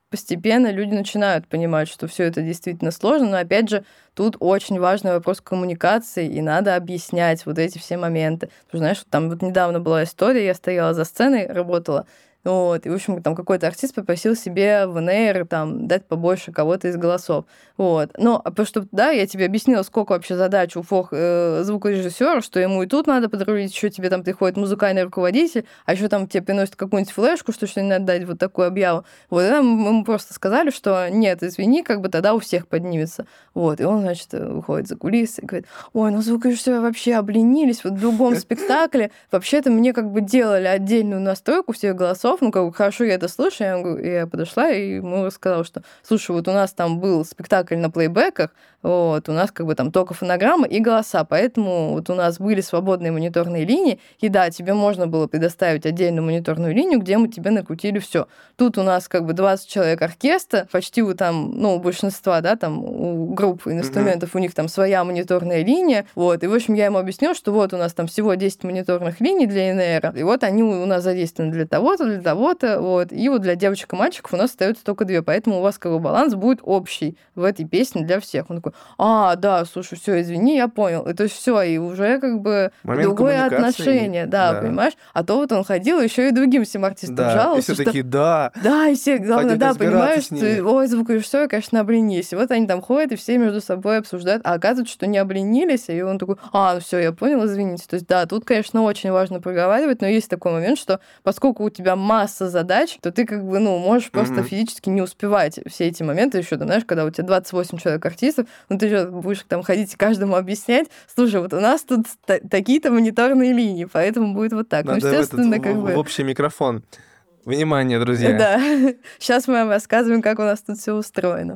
постепенно люди начинают понимать, что все это действительно сложно, но опять же, тут очень важный вопрос коммуникации, и надо объяснять вот эти все моменты. Потому что, знаешь, там вот недавно была история, я стояла за сценой, работала, вот, и, в общем, там какой-то артист попросил себе в НР там дать побольше кого-то из голосов. Вот. Но, потому что, да, я тебе объяснила, сколько вообще задач у звукорежиссера, что ему и тут надо подрулить, еще тебе там приходит музыкальный руководитель, а еще там тебе приносят какую-нибудь флешку, что не надо дать вот такую объяву. Вот, и мы ему просто сказали, что нет, извини, как бы тогда у всех поднимется. Вот, и он, значит, выходит за кулисы и говорит: ой, ну звукорежиссеры вообще обленились, вот в другом спектакле вообще-то мне как бы делали отдельную настройку всех голосов, ну, как бы, хорошо, я это слышу, я подошла и ему рассказала, что, слушай, вот у нас там был спектакль на плейбеках, вот, у нас как бы там только фонограмма и голоса, поэтому вот у нас были свободные мониторные линии, и да, тебе можно было предоставить отдельную мониторную линию, где мы тебе накрутили все. Тут у нас как бы 20 человек оркестра, почти у там, ну, у большинства, да, там, у групп инструментов, у них там своя мониторная линия, вот, и, в общем, я ему объяснила, что вот у нас там всего 10 мониторных линий для НР, и вот они у нас задействованы для того-то, вот, и вот для девочек и мальчиков у нас остается только 2, поэтому у вас как бы баланс будет общий в этой песне для всех. Он такой: да, слушай, все, извини, я понял. И то есть все, и уже как бы другое отношение, да, понимаешь? А то вот он ходил еще и другим всем артистам жаловался, и все такие: да. Да, и все, главное, да, понимаешь, что, ой, звукорежиссеры, конечно, обленились. И вот они там ходят, и все между собой обсуждают, а оказывается, что не обленились, и он такой: ну все, я понял, извините. То есть, да, тут, конечно, очень важно проговаривать, но есть такой момент, что поскольку у тебя масса задач, то ты как бы, ну, можешь просто физически не успевать все эти моменты еще, там, знаешь, когда у тебя 28 человек артистов, ну, ты же будешь там ходить и каждому объяснять: слушай, вот у нас тут такие-то мониторные линии, поэтому будет вот так. Надо, ну, естественно, в общий микрофон. Внимание, друзья. Да, сейчас мы вам рассказываем, как у нас тут все устроено.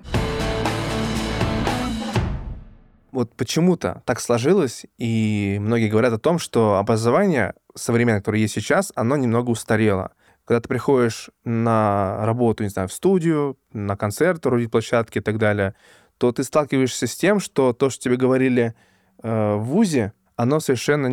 Вот почему-то так сложилось, и многие говорят о том, что образование современное, которое есть сейчас, оно немного устарело. Когда ты приходишь на работу, не знаю, в студию, на концерт, рулить площадки и так далее, то ты сталкиваешься с тем, что то, что тебе говорили в вузе, оно совершенно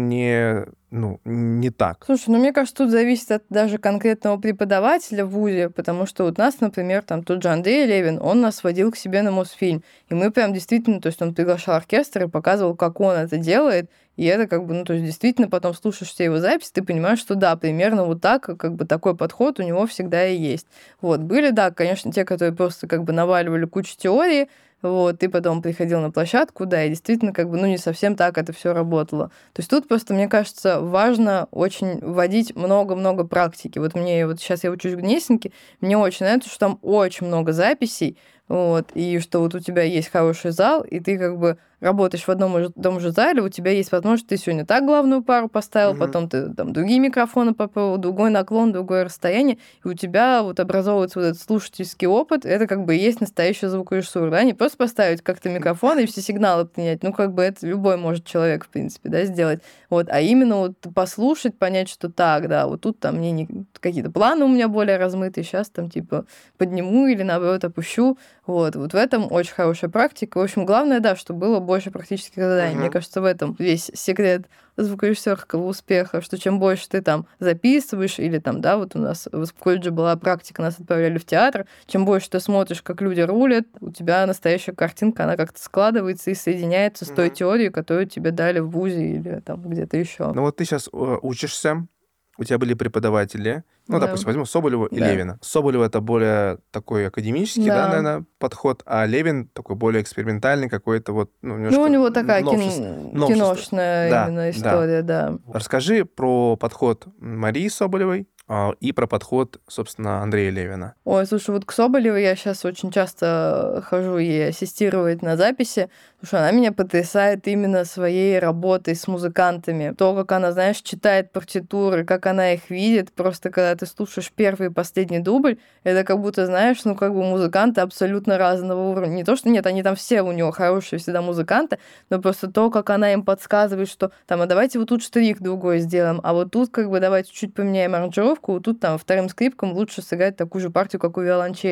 не так. Слушай, ну мне кажется, тут зависит от даже конкретного преподавателя в вузе, потому что вот нас, например, там тот же Андрей Левин, он нас водил к себе на Мосфильм, и мы прям действительно, то есть он приглашал оркестр и показывал, как он это делает, и это как бы, ну, то есть действительно потом слушаешь все его записи, ты понимаешь, что да, примерно вот так, как бы такой подход у него всегда и есть. Вот, были, да, конечно, те, которые просто как бы наваливали кучу теории, вот, ты потом приходил на площадку, да, и действительно, как бы, ну, не совсем так это все работало. То есть тут просто, мне кажется, важно очень вводить много-много практики. Вот мне, вот сейчас я учусь в Гнесинке, мне очень нравится, что там очень много записей, вот, и что вот у тебя есть хороший зал, и ты как бы работаешь в одном и том же зале, у тебя есть возможность, ты сегодня так главную пару поставил, потом ты там другие микрофоны попробовал, другой наклон, другое расстояние, и у тебя вот образовывается вот этот слушательский опыт, это как бы и есть настоящая звукорежиссура, да, не просто поставить как-то микрофон и все сигналы принять, ну, как бы это любой может человек, в принципе, да, сделать, вот, а именно вот послушать, понять, что так, да, вот тут там мне какие-то планы у меня более размытые, сейчас там типа подниму или наоборот опущу, вот в этом очень хорошая практика. В общем, главное, да, чтобы было больше практических заданий. Мне кажется, в этом весь секрет звукорежиссерского успеха, что чем больше ты там записываешь, или там, да, вот у нас в колледже была практика, нас отправляли в театр, чем больше ты смотришь, как люди рулят, у тебя настоящая картинка, она как-то складывается и соединяется с той теорией, которую тебе дали в вузе или там где-то еще. Ну вот ты сейчас учишься, у тебя были преподаватели, допустим, возьму Соболева и Левина. Соболева — это более такой академический, наверное, подход, а Левин такой более экспериментальный какой-то вот, немножко у него такая киношная именно история, да. Расскажи про подход Марии Соболевой и про подход, собственно, Андрея Левина. Ой, слушай, вот к Соболевой я сейчас очень часто хожу ей ассистировать на записи, потому что она меня потрясает именно своей работой с музыкантами. То, как она, знаешь, читает партитуры, как она их видит, просто когда ты слушаешь первый и последний дубль, это как будто, знаешь, как бы музыканты абсолютно разного уровня. Не то, что нет, они там все у него хорошие всегда музыканты, но просто то, как она им подсказывает, что там, а давайте вот тут штрих другой сделаем, а вот тут как бы давайте чуть поменяем аранжировку, вот тут там вторым скрипком лучше сыграть такую же партию, как у виолончели.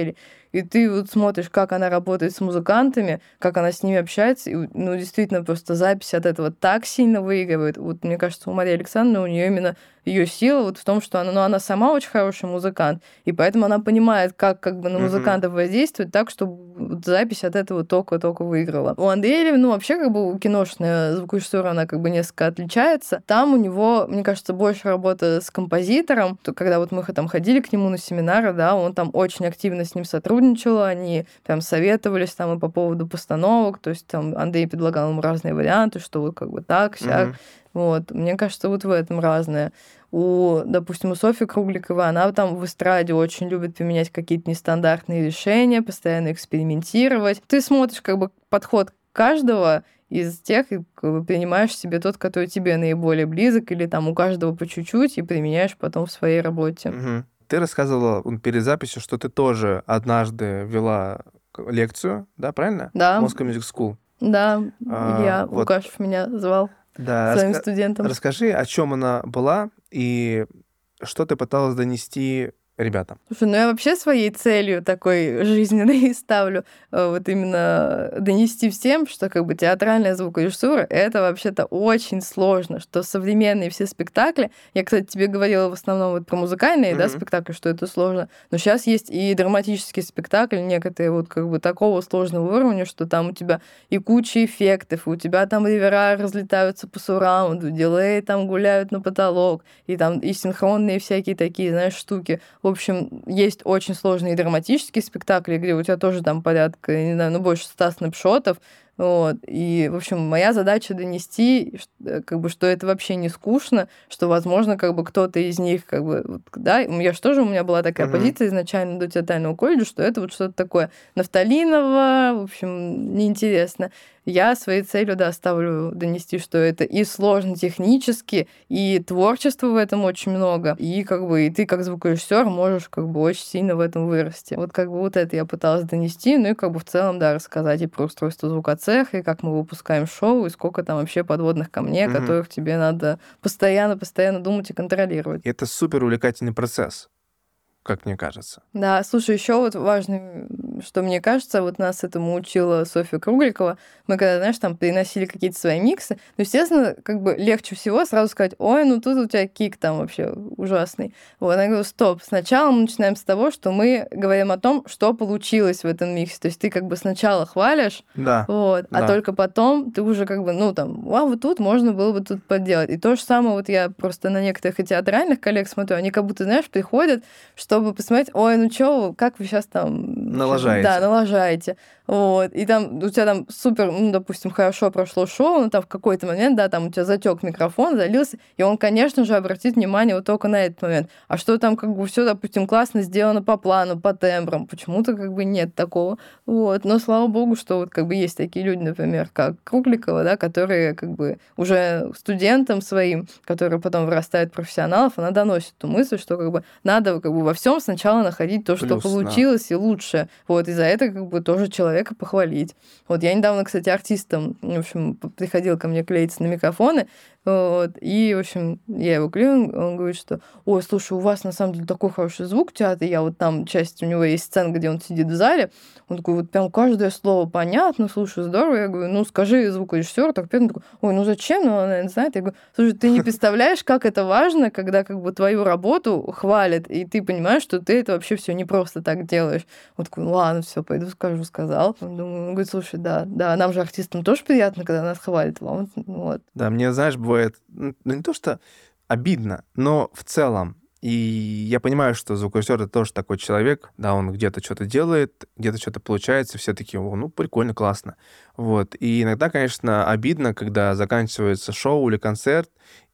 и ты вот смотришь, как она работает с музыкантами, как она с ними общается, и, ну, действительно, просто запись от этого так сильно выигрывает. Вот, мне кажется, у Марии Александровны, у нее именно ее сила вот в том, что она, ну, она сама очень хороший музыкант, и поэтому она понимает, как бы на музыкантов воздействовать так, чтобы вот запись от этого только-только выиграла. У Андрея Левина, ну, вообще, как бы, киношная звукорежиссура, она как бы несколько отличается. Там у него, мне кажется, больше работа с композитором. Когда вот мы там ходили к нему на семинары, да, он там очень активно с ним сотрудничал, они прям советовались там и по поводу постановок, то есть там Андрей предлагал ему разные варианты, что вот как бы так, сяк. Вот. Мне кажется, вот в этом разное. Допустим, у Софьи Кругликовой, она там в эстраде очень любит применять какие-то нестандартные решения, постоянно экспериментировать. Ты смотришь как бы подход каждого из тех, и как бы принимаешь себе тот, который тебе наиболее близок, или там у каждого по чуть-чуть, и применяешь потом в своей работе. Ты рассказывала перед записью, что ты тоже однажды вела лекцию, да, правильно? Да. Moscow Music School. Да, Илья Лукашев меня звал своим студентом. Расскажи, о чем она была и что ты пыталась донести ребятам? Слушай, ну я вообще своей целью такой жизненной ставлю вот именно донести всем, что как бы театральная звукорежиссура — это вообще-то очень сложно, что современные все спектакли, я, кстати, тебе говорила в основном вот про музыкальные, да, спектакли, что это сложно, но сейчас есть и драматические спектакли, некоторые вот как бы такого сложного уровня, что там у тебя и куча эффектов, и у тебя там ривера разлетаются по сараунду, дилей там гуляют на потолок, и там и синхронные всякие такие, знаешь, штуки. В общем, есть очень сложные драматические спектакли, где у тебя тоже там порядка, не знаю, ну, больше 100 снапшотов. Вот. И, в общем, моя задача донести, как бы, что это вообще не скучно, что, возможно, как бы кто-то из них, как бы, вот, да, у меня была такая позиция изначально до театрального колледжа, что это вот что-то такое нафталиново, в общем, неинтересно. Я своей целью, да, ставлю донести, что это и сложно технически, и творчества в этом очень много, и как бы и ты как звукорежиссер можешь как бы очень сильно в этом вырасти. Вот как бы вот это я пыталась донести, ну и как бы в целом, да, рассказать и про устройство звукоцеха, и как мы выпускаем шоу, и сколько там вообще подводных камней, о которых тебе надо постоянно думать и контролировать. И это супер увлекательный процесс, как мне кажется. Да, слушай, еще вот важно, что мне кажется, вот нас этому учила Софья Кругликова. Мы когда, знаешь, там переносили какие-то свои миксы, ну, естественно, как бы легче всего сразу сказать: ой, ну тут у тебя кик там вообще ужасный. Вот, я говорю: стоп, сначала мы начинаем с того, что мы говорим о том, что получилось в этом миксе. То есть ты как бы сначала хвалишь, вот, а только потом ты уже как бы, ну, там, вот тут можно было бы тут подделать. И то же самое вот я просто на некоторых и театральных коллег смотрю, они как будто, знаешь, приходят, чтобы посмотреть: ой, ну чё, как вы сейчас там... Налажаете. Да, налажаете. Вот. И там у тебя там супер, ну, допустим, хорошо прошло шоу, но там в какой-то момент, да, там у тебя затек микрофон, залился, и он, конечно же, обратит внимание вот только на этот момент. А что там как бы все, допустим, классно сделано по плану, по тембрам, почему-то как бы нет такого. Вот. Но слава богу, что вот как бы есть такие люди, например, как Кругликова, да, которые как бы уже студентам своим, которые потом вырастают в профессионалов, она доносит ту мысль, что как бы надо как бы во всем сначала находить то, что получилось, и лучше. Вот. И за это как бы тоже человека похвалить. Вот я недавно, кстати, артистом, в общем, приходил ко мне клеиться на микрофоны, вот, и, в общем, я его клею, он говорит, что: ой, слушай, у вас на самом деле такой хороший звук в театре, я вот там, часть у него есть сцена, где он сидит в зале, он такой, вот прям каждое слово понятно, слушай, здорово, я говорю: ну, скажи звукорежиссеру, так, он такой: ой, ну зачем, ну, она не знает, я говорю: слушай, ты не представляешь, как это важно, когда как бы твою работу хвалят, и ты понимаешь, что ты это вообще все не просто так делаешь. Он такой: ну, ладно, все, пойду скажу, сказал. Он говорит: слушай, да, нам же артистам тоже приятно, когда нас хвалят. Вот. Да, мне, знаешь, бывает, ну, не то, что обидно, но в целом. И я понимаю, что звукорежиссер — это тоже такой человек, да, он где-то что-то делает, где-то что-то получается, все такие: о, ну, прикольно, классно. Вот. И иногда, конечно, обидно, когда заканчивается шоу или концерт,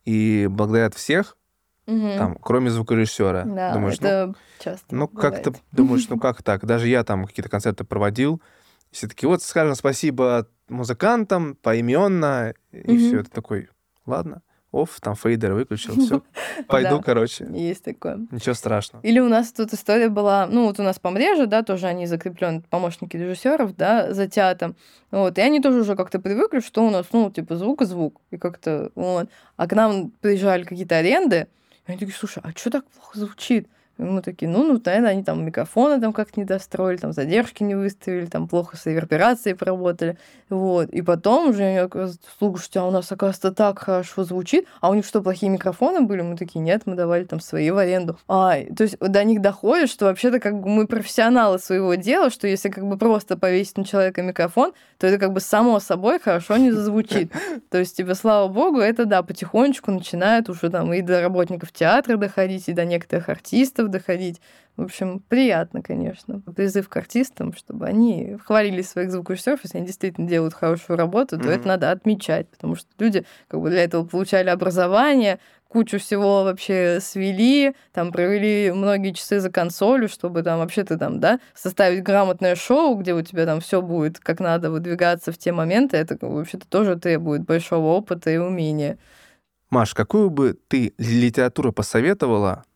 и благодарят всех, там, кроме звукорежиссера. Да, думаешь, это часто ну, как-то думаешь, ну, как так? Даже я там какие-то концерты проводил, все таки: вот, скажем спасибо музыкантам поименно, и все. Это такой: ладно, там фейдер выключил, все, пойду, короче. Есть такое. Ничего страшного. Или у нас тут история была, ну, вот у нас по мреже, да, тоже они закреплены, помощники режиссеров, да, за театром. Вот, и они тоже уже как-то привыкли, что у нас, ну, типа, звук и звук. И как-то, вот. А к нам приезжали какие-то аренды, и они такие: слушай, а что так плохо звучит? И мы такие, наверное, они там микрофоны там как-то не достроили, там задержки не выставили, там плохо с реверберацией поработали. Вот. И потом уже я говорю, слушайте, а у нас, оказывается, так хорошо звучит. А у них что, плохие микрофоны были? Мы такие, нет, мы давали там свои в аренду. То есть до них доходит, что вообще-то как бы мы профессионалы своего дела, что если как бы просто повесить на человека микрофон, то это как бы само собой хорошо не зазвучит. То есть, слава богу, это, да, потихонечку начинает уже там и до работников театра доходить, и до некоторых артистов доходить. В общем, приятно, конечно. Призыв к артистам, чтобы они хвалили своих звукорежиссеров, если они действительно делают хорошую работу, то это надо отмечать, потому что люди как бы для этого получали образование, кучу всего вообще свели, там провели многие часы за консолью, чтобы там вообще-то там, да, составить грамотное шоу, где у тебя там все будет как надо выдвигаться в те моменты, это вообще-то тоже требует большого опыта и умения. Маш, какую бы ты литературу посоветовала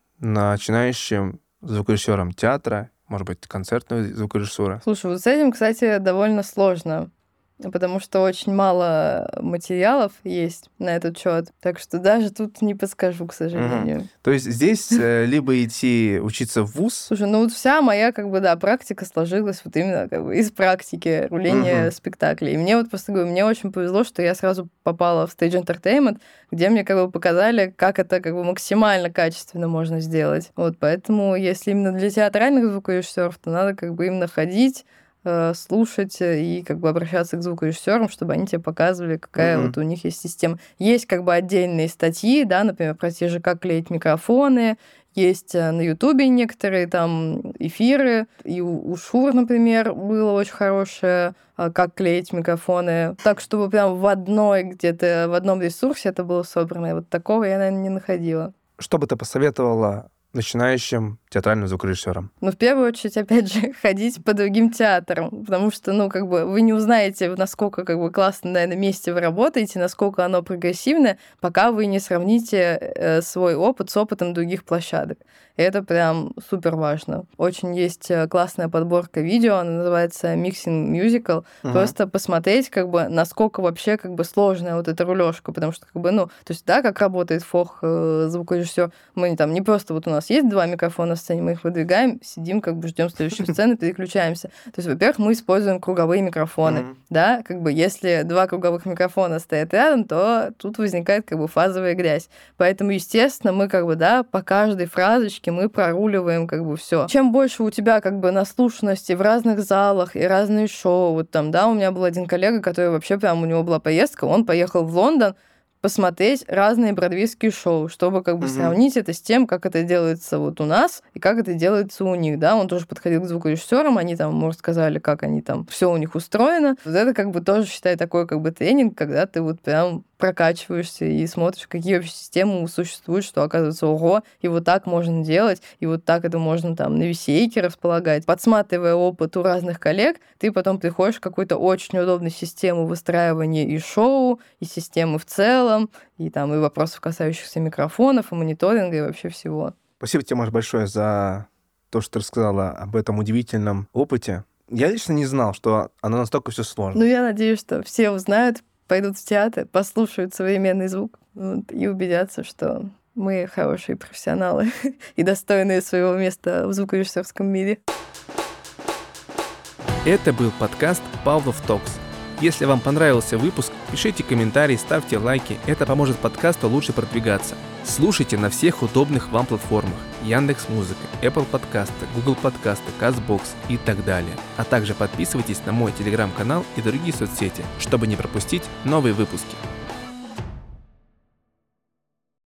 начинающим звукорежиссерам театра, может быть, концертного звукорежиссера? Слушай, вот с этим, кстати, довольно сложно, потому что очень мало материалов есть на этот счет, так что даже тут не подскажу, к сожалению. То есть здесь либо идти учиться в вуз. Слушай, вот вся моя, как бы, да, практика сложилась вот именно как бы из практики руления спектаклей. И мне вот просто говорю, мне очень повезло, что я сразу попала в Stage Entertainment, где мне как бы показали, как это как бы максимально качественно можно сделать. Вот, поэтому если именно для театральных звукорежиссеров, то надо как бы именно ходить, слушать и как бы обращаться к звукорежиссерам, чтобы они тебе показывали, какая вот у них есть система. Есть как бы отдельные статьи, да, например, про те же, как клеить микрофоны, есть на Ютубе некоторые там эфиры, и у Шур, например, было очень хорошее, как клеить микрофоны, так, чтобы прям в одном ресурсе это было собрано. И вот такого я, наверное, не находила. Что бы ты посоветовала начинающим театральным звукорежиссерам? В первую очередь, опять же, ходить по другим театрам, потому что, как бы, вы не узнаете, насколько, как бы, классно, наверное, месте вы работаете, насколько оно прогрессивное, пока вы не сравните свой опыт с опытом других площадок. И это прям супер важно. Очень есть классная подборка видео, она называется Mixing Musical. Просто посмотреть, как бы, насколько вообще, как бы, сложная вот эта рулежка, потому что, как бы, то есть, да, как работает фох звукорежиссер, мы там не просто вот у нас есть 2 микрофона на сцене, мы их выдвигаем, сидим, как бы ждем следующую сцену, переключаемся. То есть, во-первых, мы используем круговые микрофоны, да, как бы если 2 круговых микрофона стоят рядом, то тут возникает как бы фазовая грязь. Поэтому, естественно, мы как бы, да, по каждой фразочке мы проруливаем как бы все. Чем больше у тебя как бы наслушанности в разных залах и разные шоу, вот там, да, у меня был один коллега, который вообще прям, у него была поездка, он поехал в Лондон посмотреть разные бродвейские шоу, чтобы как бы сравнить это с тем, как это делается вот у нас и как это делается у них, да. Он тоже подходил к звукорежиссерам, они там, может, сказали, как они там, все у них устроено. Вот это как бы тоже, считай, такой как бы тренинг, когда ты вот прям прокачиваешься и смотришь, какие вообще системы существуют, что, оказывается, ого, и вот так можно делать, и вот так это можно там на VCA располагать. Подсматривая опыт у разных коллег, ты потом приходишь к какой-то очень удобной системе выстраивания и шоу, и системы в целом, и там и вопросов, касающихся микрофонов, и мониторинга, и вообще всего. Спасибо тебе, Маш, большое за то, что ты рассказала об этом удивительном опыте. Я лично не знал, что оно настолько все сложно. Я надеюсь, что все узнают, пойдут в театр, послушают современный звук и убедятся, что мы хорошие профессионалы и достойные своего места в звукорежиссерском мире. Это был подкаст Pavlov Talks. Если вам понравился выпуск, пишите комментарии, ставьте лайки. Это поможет подкасту лучше продвигаться. Слушайте на всех удобных вам платформах: Яндекс.Музыка, Apple подкасты, Google подкасты, Castbox и так далее. А также подписывайтесь на мой телеграм-канал и другие соцсети, чтобы не пропустить новые выпуски.